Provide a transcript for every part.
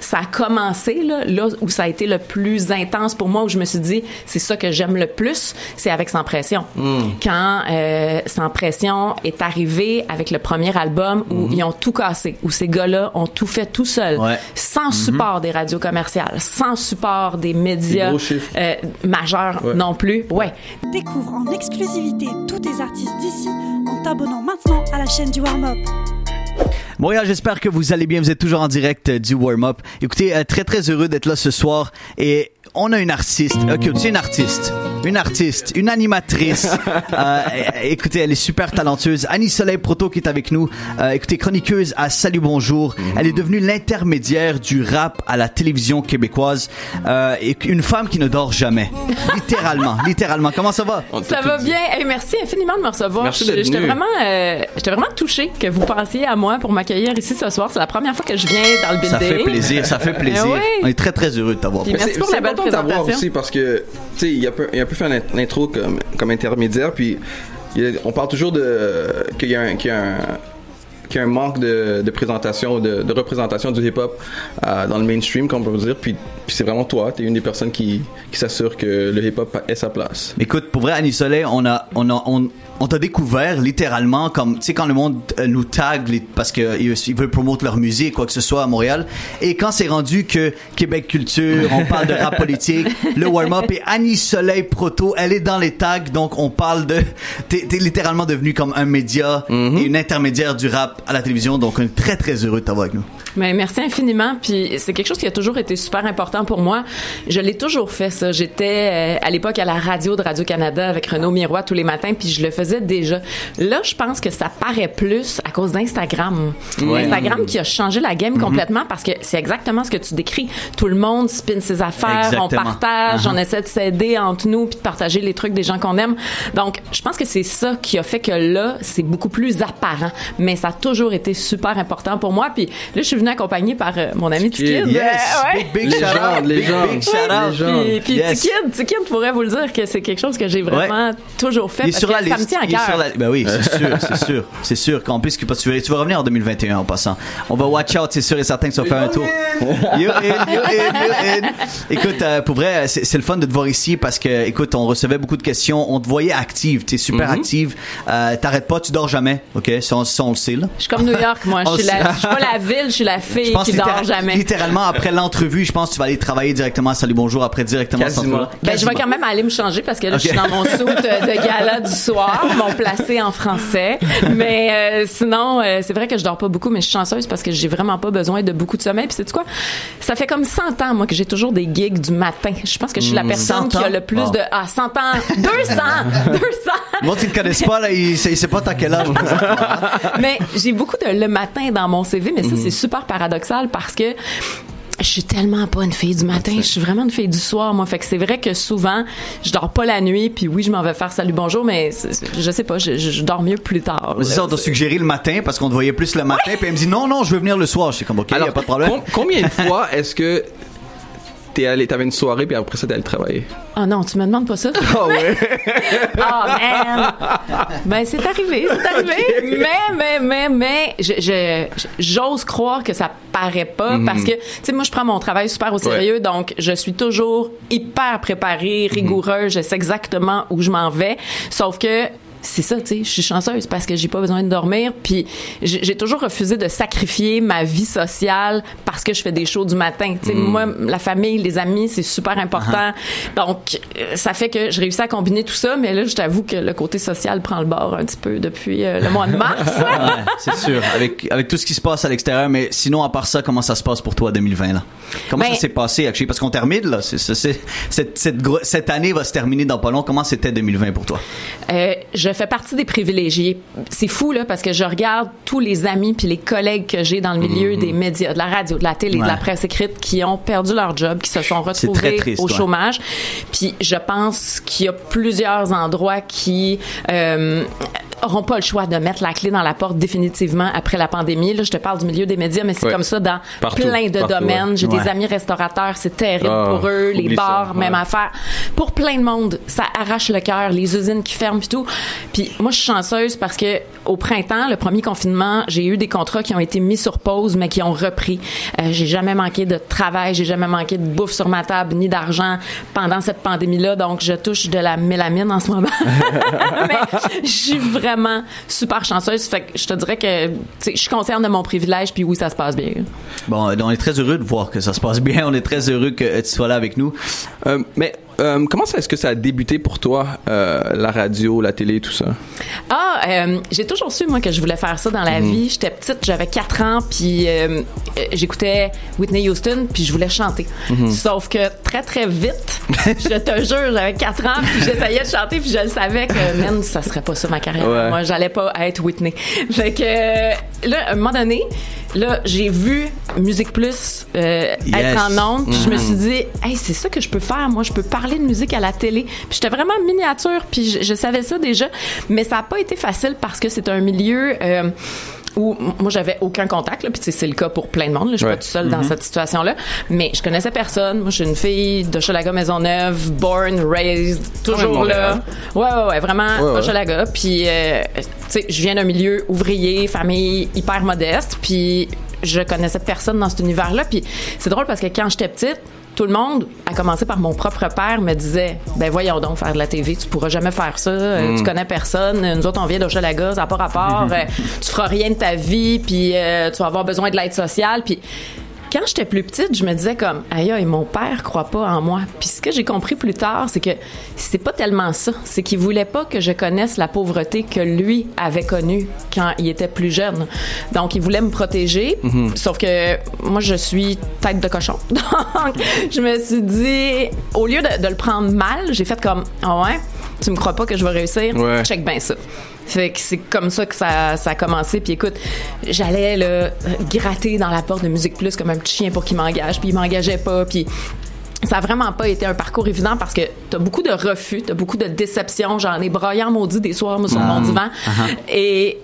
ça a commencé, là où ça a été le plus intense pour moi, où je me suis dit, c'est ça que j'aime le plus, c'est avec Sans Pression. Quand Sans Pression est arrivé avec le premier album où ils ont tout cassé, où ces gars-là ont tout fait tout seuls, sans support des radios commerciales, sans support des médias majeurs non plus. Ouais. Découvre en exclusivité tous tes artistes d'ici en t'abonnant maintenant à la chaîne du Warm-Up. Montréal, j'espère que vous allez bien. Vous êtes toujours en direct du Warm-Up. Écoutez, très très heureux d'être là ce soir. Et on a une artiste. Ok, c'est une artiste, une animatrice. Écoutez, elle est super talentueuse. Annie Soleil Proto qui est avec nous. Écoutez, chroniqueuse à Salut Bonjour. Elle est devenue l'intermédiaire du rap à la télévision québécoise. Et une femme qui ne dort jamais. Littéralement. Comment ça va? Ça va bien. Hey, merci infiniment de me recevoir. J'étais vraiment touchée que vous pensiez à moi pour m'accueillir ici ce soir. C'est la première fois que je viens dans le building. Ça fait plaisir. Oui. On est très très heureux de t'avoir. Puis merci pour la belle présentation aussi parce que tu sais il a un peu fait l'intro comme intermédiaire, puis on parle toujours qu'il y a un manque de présentation, de représentation du hip-hop dans le mainstream, comme on peut dire. Puis c'est vraiment toi, t'es une des personnes qui s'assure que le hip-hop ait sa place. Écoute, pour vrai, Annie Soleil, on t'a découvert littéralement comme, tu sais, quand le monde nous tag parce qu'ils veulent promouvoir leur musique, quoi que ce soit à Montréal. Et quand c'est rendu que Québec Culture, on parle de rap politique, le warm-up et Annie Soleil Proto, elle est dans les tags, donc on parle t'es littéralement devenu comme un média et une intermédiaire du rap à la télévision, donc on est très très heureux de t'avoir avec nous. Mais merci infiniment, puis c'est quelque chose qui a toujours été super important pour moi. Je l'ai toujours fait, ça. J'étais à l'époque à la radio de Radio-Canada avec Renaud Miroir tous les matins, puis je le faisais déjà. Là, je pense que ça paraît plus à cause d'Instagram. Instagram qui a changé la game complètement parce que c'est exactement ce que tu décris. Tout le monde spin ses affaires, on partage, on essaie de s'aider entre nous puis de partager les trucs des gens qu'on aime. Donc, je pense que c'est ça qui a fait que là, c'est beaucoup plus apparent. Mais ça a toujours été super important pour moi. Puis là, je suis venue accompagnée par mon ami T-Kid. Yes! Big shout-out. Big shout-out. Puis T-Kid pourrait vous le dire que c'est quelque chose que j'ai vraiment toujours fait parce que ça me tient à cœur. Ben oui, c'est sûr qu'en plus tu vas revenir en 2021 en passant. On va watch out, c'est sûr et certain que tu vas faire un tour. You in. Écoute, pour vrai, c'est le fun de te voir ici parce que, écoute, on recevait beaucoup de questions, on te voyait active, t'es super active, t'arrêtes pas, tu dors jamais, ok? Ça, on le sait là. Je suis comme New York, moi. Je suis pas la ville, je suis la fille qui dort jamais. Littéralement, après l'entrevue, je pense que tu vas aller travailler directement à Salut Bonjour après directement. Ben, je vais quand même aller me changer parce que là, je suis dans mon suit de gala du soir, mon placé en français. Mais sinon, c'est vrai que je dors pas beaucoup, mais je suis chanceuse parce que j'ai vraiment pas besoin de beaucoup de sommeil. Puis sais-tu quoi? Ça fait comme 100 ans, moi, que j'ai toujours des gigs du matin. Je pense que je suis la personne qui a le plus de... 100 ans! 200! Moi, tu ne connais pas, là, il sait pas t'as quel âge. Mais j'ai beaucoup de le matin dans mon CV, mais ça, c'est super paradoxal parce que je suis tellement pas une fille du matin, je suis vraiment une fille du soir, moi. Fait que c'est vrai que souvent, je dors pas la nuit, puis oui, je m'en vais faire Salut Bonjour, mais je sais pas, je dors mieux plus tard. C'est ça, on t'a suggéré le matin parce qu'on te voyait plus le matin, puis elle me dit non, je veux venir le soir. Je suis comme, ok, alors, y a pas de problème. Combien de fois est-ce que t'avais une soirée puis après ça t'allais travailler? Ah non, tu me demandes pas ça. Oh ouais. Oh man. Ben c'est arrivé. Okay. Mais j'ose croire que ça paraît pas parce que tu sais moi je prends mon travail super au sérieux donc je suis toujours hyper préparée, rigoureuse, je sais exactement où je m'en vais. Sauf que c'est ça, tu sais, je suis chanceuse parce que j'ai pas besoin de dormir, puis j'ai toujours refusé de sacrifier ma vie sociale parce que je fais des shows du matin. Tu sais, moi, la famille, les amis, c'est super important. Donc, ça fait que je réussis à combiner tout ça, mais là, je t'avoue que le côté social prend le bord un petit peu depuis le mois de mars. C'est sûr, avec tout ce qui se passe à l'extérieur, mais sinon, à part ça, comment ça se passe pour toi 2020, là? Comment ça s'est passé, actually? Parce qu'on termine, là, cette année va se terminer dans pas long. Comment c'était 2020 pour toi? Je fais partie des privilégiés. C'est fou, là, parce que je regarde tous les amis puis les collègues que j'ai dans le milieu des médias, de la radio, de la télé, de la presse écrite, qui ont perdu leur job, qui se sont retrouvés très triste, au chômage. Puis je pense qu'il y a plusieurs endroits qui auront pas le choix de mettre la clé dans la porte définitivement après la pandémie. Là, je te parle du milieu des médias, mais c'est comme ça dans plein de domaines. J'ai des amis restaurateurs, c'est terrible pour eux. Les bars, même affaire. Pour plein de monde, ça arrache le cœur. Les usines qui ferment et tout. Puis moi, je suis chanceuse parce que au printemps, le premier confinement, j'ai eu des contrats qui ont été mis sur pause, mais qui ont repris. J'ai jamais manqué de travail, j'ai jamais manqué de bouffe sur ma table, ni d'argent pendant cette pandémie-là. Donc, je touche de la mélamine en ce moment. Mais je suis vraiment super chanceuse. Fait que je te dirais que je suis consciente de mon privilège, puis oui, ça se passe bien. Bon, on est très heureux de voir que ça se passe bien. On est très heureux que tu sois là avec nous. Mais comment est-ce que ça a débuté pour toi, la radio, la télé, tout ça? J'ai toujours su, moi, que je voulais faire ça dans la vie. J'étais petite, j'avais 4 ans, puis j'écoutais Whitney Houston, puis je voulais chanter. Sauf que très, très vite, je te jure, j'avais 4 ans, puis j'essayais de chanter, puis je le savais que, man, ça serait pas ça ma carrière. Ouais. Moi, j'allais pas être Whitney. Fait que là, à un moment donné, là, j'ai vu Musique Plus être en ondes, puis je me suis dit, hey, c'est ça que je peux faire. Moi, je peux parler de musique à la télé. Puis j'étais vraiment miniature, puis je savais ça déjà, mais ça a pas été facile parce que c'est un milieu où moi j'avais aucun contact là, puis c'est le cas pour plein de monde là, je suis pas toute seule dans cette situation là, mais je connaissais personne. Moi je suis une fille d'Hochelaga Maisonneuve, born, raised, toujours là. Ouais, vraiment Hochelaga, puis tu sais, je viens d'un milieu ouvrier, famille hyper modeste, puis je connaissais personne dans cet univers là, puis c'est drôle parce que quand j'étais petite, tout le monde, à commencer par mon propre père, me disait « Ben voyons donc faire de la TV, tu pourras jamais faire ça, tu connais personne, nous autres on vient d'Hochelaga, ça n'a pas rapport, tu feras rien de ta vie, puis tu vas avoir besoin de l'aide sociale. » Puis quand j'étais plus petite, je me disais comme « Aïe, mon père croit pas en moi. » Puis ce que j'ai compris plus tard, c'est que c'est pas tellement ça, c'est qu'il voulait pas que je connaisse la pauvreté que lui avait connue quand il était plus jeune. Donc il voulait me protéger, sauf que moi je suis tête de cochon. Donc je me suis dit, au lieu de le prendre mal, j'ai fait comme « Ah ouais, tu me crois pas que je vais réussir? Check bien ça. » Fait que c'est comme ça que ça a commencé. Puis écoute, j'allais là, gratter dans la porte de Musique Plus comme un petit chien pour qu'il m'engage. Puis il m'engageait pas. Puis ça a vraiment pas été un parcours évident parce que t'as beaucoup de refus, t'as beaucoup de déceptions. J'en ai braillant maudit des soirs moi, sur mon divan. Et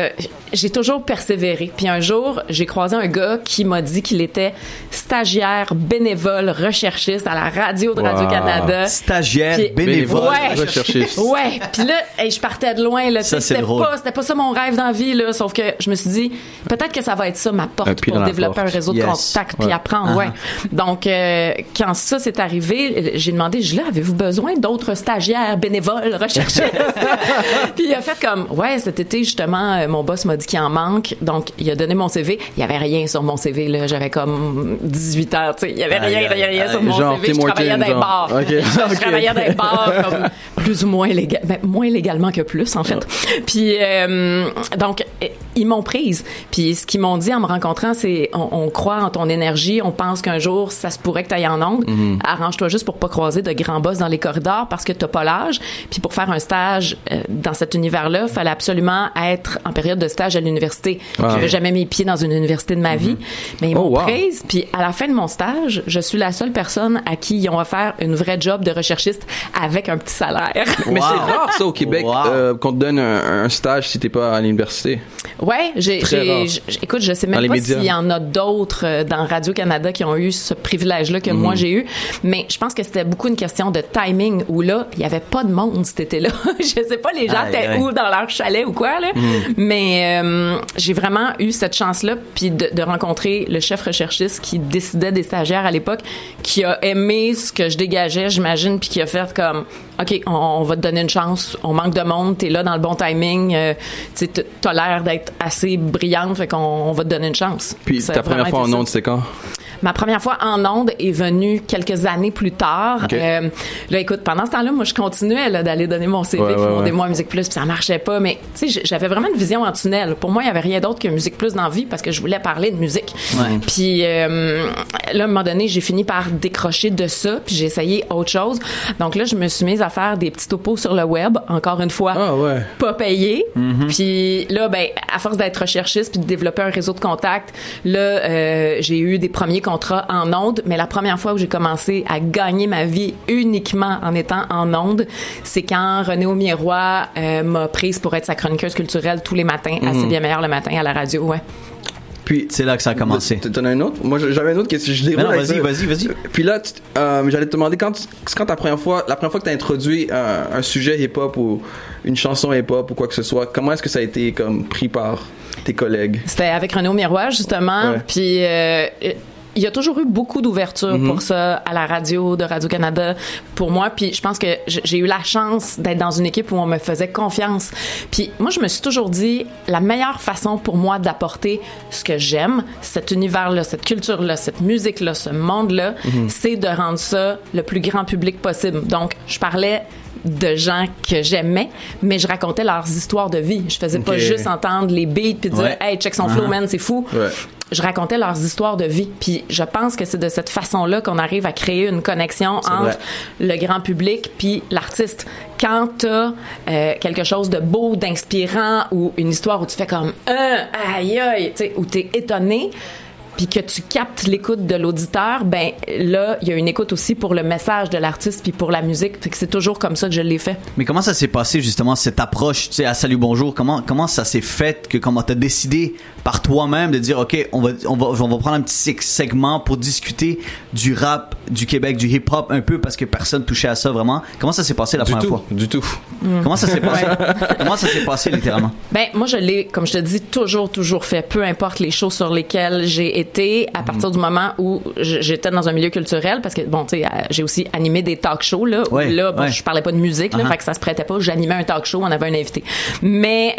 j'ai toujours persévéré. Puis un jour, j'ai croisé un gars qui m'a dit qu'il était stagiaire, bénévole, recherchiste à la radio de Radio-Canada. Stagiaire, bénévole, recherchiste. Ouais. Puis là, je partais de loin. Là, ça, c'était pas ça mon rêve dans la vie. Là, sauf que je me suis dit, peut-être que ça va être ça ma porte pour développer un réseau de contacts puis apprendre. Donc, quand ça s'est arrivé, j'ai demandé, avez-vous besoin d'autres stagiaires, bénévoles, recherchistes? Puis il a fait comme, cet été, justement, mon boss m'a dit qu'il en manque. Donc, il a donné mon CV. Il y avait rien sur mon CV, là. J'avais comme 18 ans, tu sais. Il y avait rien sur mon CV. Je travaillais dans les bars. Je travaillais dans les bars comme plus ou moins moins légalement que plus, en fait. Puis, donc, ils m'ont prise. Puis, ce qu'ils m'ont dit en me rencontrant, c'est, on croit en ton énergie, on pense qu'un jour, ça se pourrait que tu ailles en ondes. Arrange-toi juste pour pas croiser de grands boss dans les corridors parce que t'as pas l'âge. Puis pour faire un stage dans cet univers-là, il fallait absolument être en période de stage à l'université. J'avais jamais mis pied dans une université de ma vie, mais ils m'ont prise. Puis à la fin de mon stage, je suis la seule personne à qui ils ont offert une vraie job de recherchiste avec un petit salaire. Mais c'est rare ça au Québec qu'on te donne un stage si t'es pas à l'université. Ouais, écoute, je sais même pas s'il y en a d'autres dans Radio-Canada qui ont eu ce privilège-là que moi j'ai eu, mais je pense que c'était beaucoup une question de timing où là, il y avait pas de monde cet été-là. Je sais pas les gens étaient où dans leur chalet ou quoi là, mais j'ai vraiment eu cette chance-là puis de rencontrer le chef recherchiste qui décidait des stagiaires à l'époque, qui a aimé ce que je dégageais, j'imagine, puis qui a fait comme OK, on va te donner une chance, on manque de monde, t'es là dans le bon timing, tu sais, t'as l'air d'être assez brillante, fait qu'on va te donner une chance. Puis ta première fois en ondes, c'était quand? Ma première fois en ondes est venue quelques années plus tard. Là, écoute, pendant ce temps-là, moi, je continuais là, d'aller donner mon CV, fondez-moi à Musique Plus, puis ça marchait pas. Mais tu sais, j'avais vraiment une vision en tunnel. Pour moi, il y avait rien d'autre que Musique Plus dans la vie parce que je voulais parler de musique. Puis là, à un moment donné, j'ai fini par décrocher de ça, puis j'ai essayé autre chose. Donc là, je me suis mise à faire des petits topos sur le web, encore une fois, pas payés. Puis là, ben, à force d'être recherchiste puis de développer un réseau de contacts, là, j'ai eu des premiers contrat en ondes, mais la première fois où j'ai commencé à gagner ma vie uniquement en étant en ondes, c'est quand René Aumier-Roy m'a prise pour être sa chroniqueuse culturelle tous les matins, à C'est bien meilleur le matin à la radio, ouais. Puis c'est là que ça a commencé. T'en as une autre? Moi, j'avais une autre question. Je déroule avec ça. Vas-y. Puis là, j'allais te demander quand la première fois que t'as introduit un sujet hip-hop ou une chanson hip-hop ou quoi que ce soit, comment est-ce que ça a été comme pris par tes collègues? C'était avec René Aumier-Roy, justement. Ouais. Puis il y a toujours eu beaucoup d'ouverture pour ça à la radio de Radio-Canada pour moi. Puis je pense que j'ai eu la chance d'être dans une équipe où on me faisait confiance. Puis moi, je me suis toujours dit, la meilleure façon pour moi d'apporter ce que j'aime, cet univers-là, cette culture-là, cette musique-là, ce monde-là, c'est de rendre ça le plus grand public possible. Donc, je parlais de gens que j'aimais, mais je racontais leurs histoires de vie. Je faisais pas juste entendre les beats puis dire « Hey, check son flow, man, c'est fou ». Je racontais leurs histoires de vie. Puis je pense que c'est de cette façon-là qu'on arrive à créer une connexion entre le grand public puis l'artiste. Quand t'as quelque chose de beau, d'inspirant ou une histoire où tu fais comme « aïe aïe », tu sais, où t'es étonné, puis que tu captes l'écoute de l'auditeur, ben là, il y a une écoute aussi pour le message de l'artiste puis pour la musique. Fait que c'est toujours comme ça que je l'ai fait. Mais comment ça s'est passé, justement, cette approche, tu sais, à Salut Bonjour? Comment ça s'est fait? Comment t'as décidé par toi-même de dire, OK, on va prendre un petit segment pour discuter du rap, du Québec, du hip-hop un peu, parce que personne touchait à ça vraiment. Comment ça s'est passé la première fois? Du tout. Comment ça s'est passé? Comment ça s'est passé, littéralement? Ben, moi, je l'ai, comme je te dis, toujours fait. Peu importe les shows sur lesquels j'ai été, à partir du moment où j'étais dans un milieu culturel, parce que bon, tu sais, j'ai aussi animé des talk shows là, où là, bon, je parlais pas de musique, là, fait que ça se prêtait pas. J'animais un talk show, on avait un invité. Mais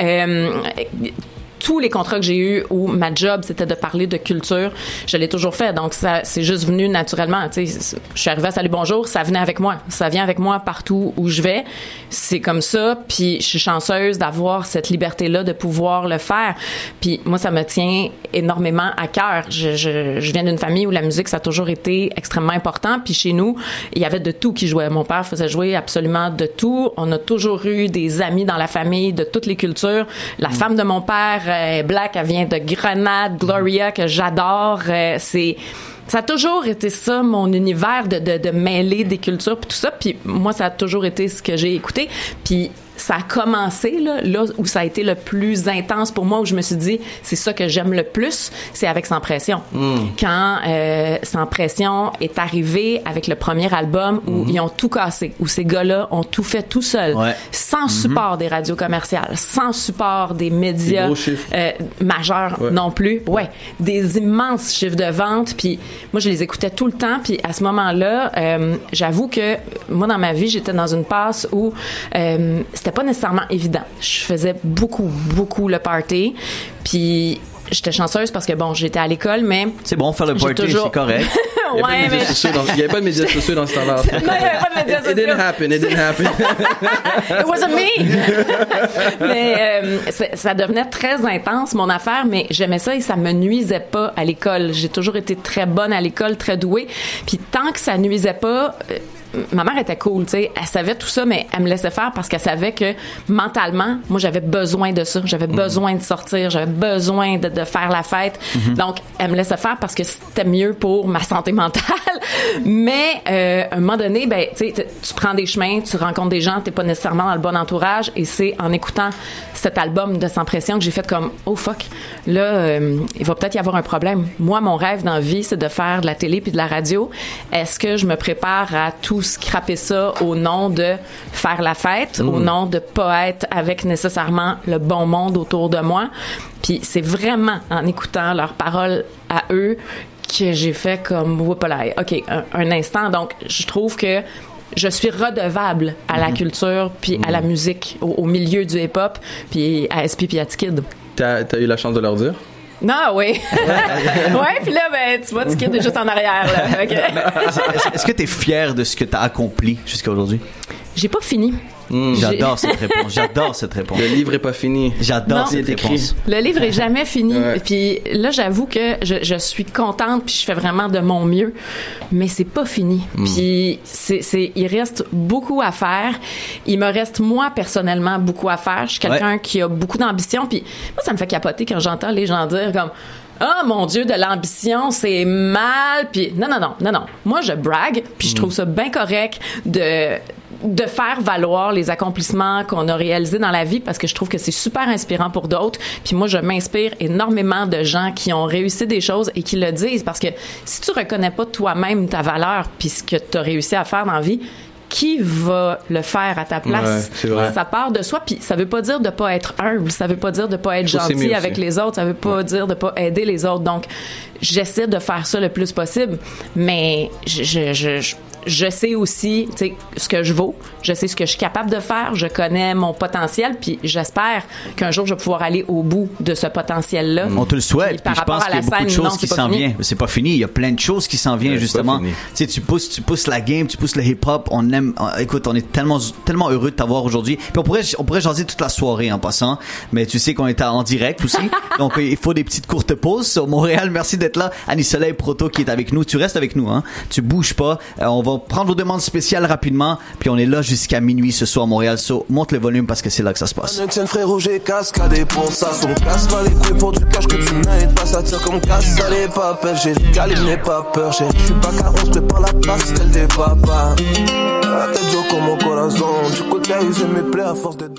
tous les contrats que j'ai eus où ma job c'était de parler de culture, je l'ai toujours fait. Donc ça c'est juste venu naturellement, tu sais, je suis arrivée à Salut Bonjour, ça venait avec moi. Ça vient avec moi partout où je vais. C'est comme ça, puis je suis chanceuse d'avoir cette liberté là de pouvoir le faire. Puis moi ça me tient énormément à cœur. Je viens d'une famille où la musique ça a toujours été extrêmement important, puis chez nous, il y avait de tout qui jouait. Mon père faisait jouer absolument de tout. On a toujours eu des amis dans la famille de toutes les cultures. La femme de mon père Black, elle vient de Grenade, Gloria, que j'adore. Ça a toujours été ça, mon univers de mêler des cultures puis tout ça. Puis moi, ça a toujours été ce que j'ai écouté. Puis ça a commencé là où ça a été le plus intense pour moi, où je me suis dit, c'est ça que j'aime le plus, c'est avec Sans Pression. Quand Sans Pression est arrivé avec le premier album où ils ont tout cassé, où ces gars-là ont tout fait tout seuls, sans support des radios commerciales, sans support des médias majeurs non plus. Des immenses chiffres de vente. Puis moi, je les écoutais tout le temps. Puis à ce moment-là, j'avoue que moi, dans ma vie, j'étais dans une passe où c'était pas nécessairement évident. Je faisais beaucoup le party. Puis j'étais chanceuse parce que bon, j'étais à l'école, mais c'est bon faire le party, c'est correct. Il n'y avait pas de médias sociaux dans ce temps-là. Non, il n'y avait pas de médias sociaux. It didn't happen. It wasn't me. Mais ça devenait très intense, mon affaire, mais j'aimais ça et ça me nuisait pas à l'école. J'ai toujours été très bonne à l'école, très douée. Puis tant que ça nuisait pas, ma mère était cool, tu sais, elle savait tout ça, mais elle me laissait faire parce qu'elle savait que mentalement, moi, j'avais besoin de ça, j'avais besoin de sortir, j'avais besoin de faire la fête. Donc, elle me laissait faire parce que c'était mieux pour ma santé mentale. Mais à un moment donné, ben, tu sais, tu prends des chemins, tu rencontres des gens, t'es pas nécessairement dans le bon entourage, et c'est en écoutant cet album de Sans Pression que j'ai fait comme oh fuck, là, il va peut-être y avoir un problème. Moi, mon rêve dans la vie, c'est de faire de la télé puis de la radio. Est-ce que je me prépare à tout scraper ça au nom de faire la fête, au nom de pas être avec nécessairement le bon monde autour de moi? Puis c'est vraiment en écoutant leurs paroles à eux que j'ai fait comme whoopalaï. OK, un instant. Donc, je trouve que je suis redevable à la culture puis à la musique, au milieu du hip-hop, puis à SP puis à T-Kid. T'as eu la chance de leur dire? Non, oui. Ouais, puis là, ben, tu vois, T-Kid est juste en arrière, là. Okay. Est-ce que t'es fière de ce que t'as accompli jusqu'à aujourd'hui? J'ai pas fini. J'adore cette réponse. Le livre est pas fini. J'adore cette réponse. Le livre est jamais fini. Puis là, j'avoue que je suis contente puis je fais vraiment de mon mieux, mais c'est pas fini. Puis il reste beaucoup à faire. Il me reste moi personnellement beaucoup à faire. Je suis quelqu'un qui a beaucoup d'ambition. Puis moi, ça me fait capoter quand j'entends les gens dire comme ah mon Dieu, de l'ambition, c'est mal. Puis non. Moi, je brague, puis je trouve ça bien correct de faire valoir les accomplissements qu'on a réalisés dans la vie parce que je trouve que c'est super inspirant pour d'autres. Puis moi, je m'inspire énormément de gens qui ont réussi des choses et qui le disent parce que si tu reconnais pas toi-même ta valeur puis ce que tu as réussi à faire dans la vie, qui va le faire à ta place? Ouais, c'est vrai. Ça part de soi, puis ça veut pas dire de pas être humble, ça veut pas dire de pas être gentil avec les autres, ça veut pas dire de pas aider les autres. Donc, j'essaie de faire ça le plus possible, mais je sais aussi, tu sais, ce que je vaux, je sais ce que je suis capable de faire, je connais mon potentiel, puis j'espère qu'un jour je vais pouvoir aller au bout de ce potentiel-là. On te le souhaite, puis je pense qu'il y a beaucoup de choses qui s'en viennent. C'est pas fini, il y a plein de choses qui s'en viennent justement. Tu sais, tu pousses la game, tu pousses le hip-hop, écoute, on est tellement heureux de t'avoir aujourd'hui. Puis on pourrait jaser toute la soirée en passant, mais tu sais qu'on est en direct aussi, donc il faut des petites courtes pauses. Sur Montréal, merci d'être là. Annie Soleil Proto qui est avec nous, tu restes avec nous, hein. Tu bouges pas. On va prendre vos demandes spéciales rapidement, puis on est là jusqu'à minuit ce soir à Montréal. So, monte le volume parce que c'est là que ça se passe. Tiens frérot, j'ai cascadé pour ça. Son casse pas les couilles pour du cash que tu n'aides pas. Ça tire comme casse, ça n'est pas peur. J'ai le calibre, n'ai pas peur. Je suis pas qu'à 11, prépare la pastel des papas. La tête joue comme mon corazon. Du côté, usé mes plaies à force de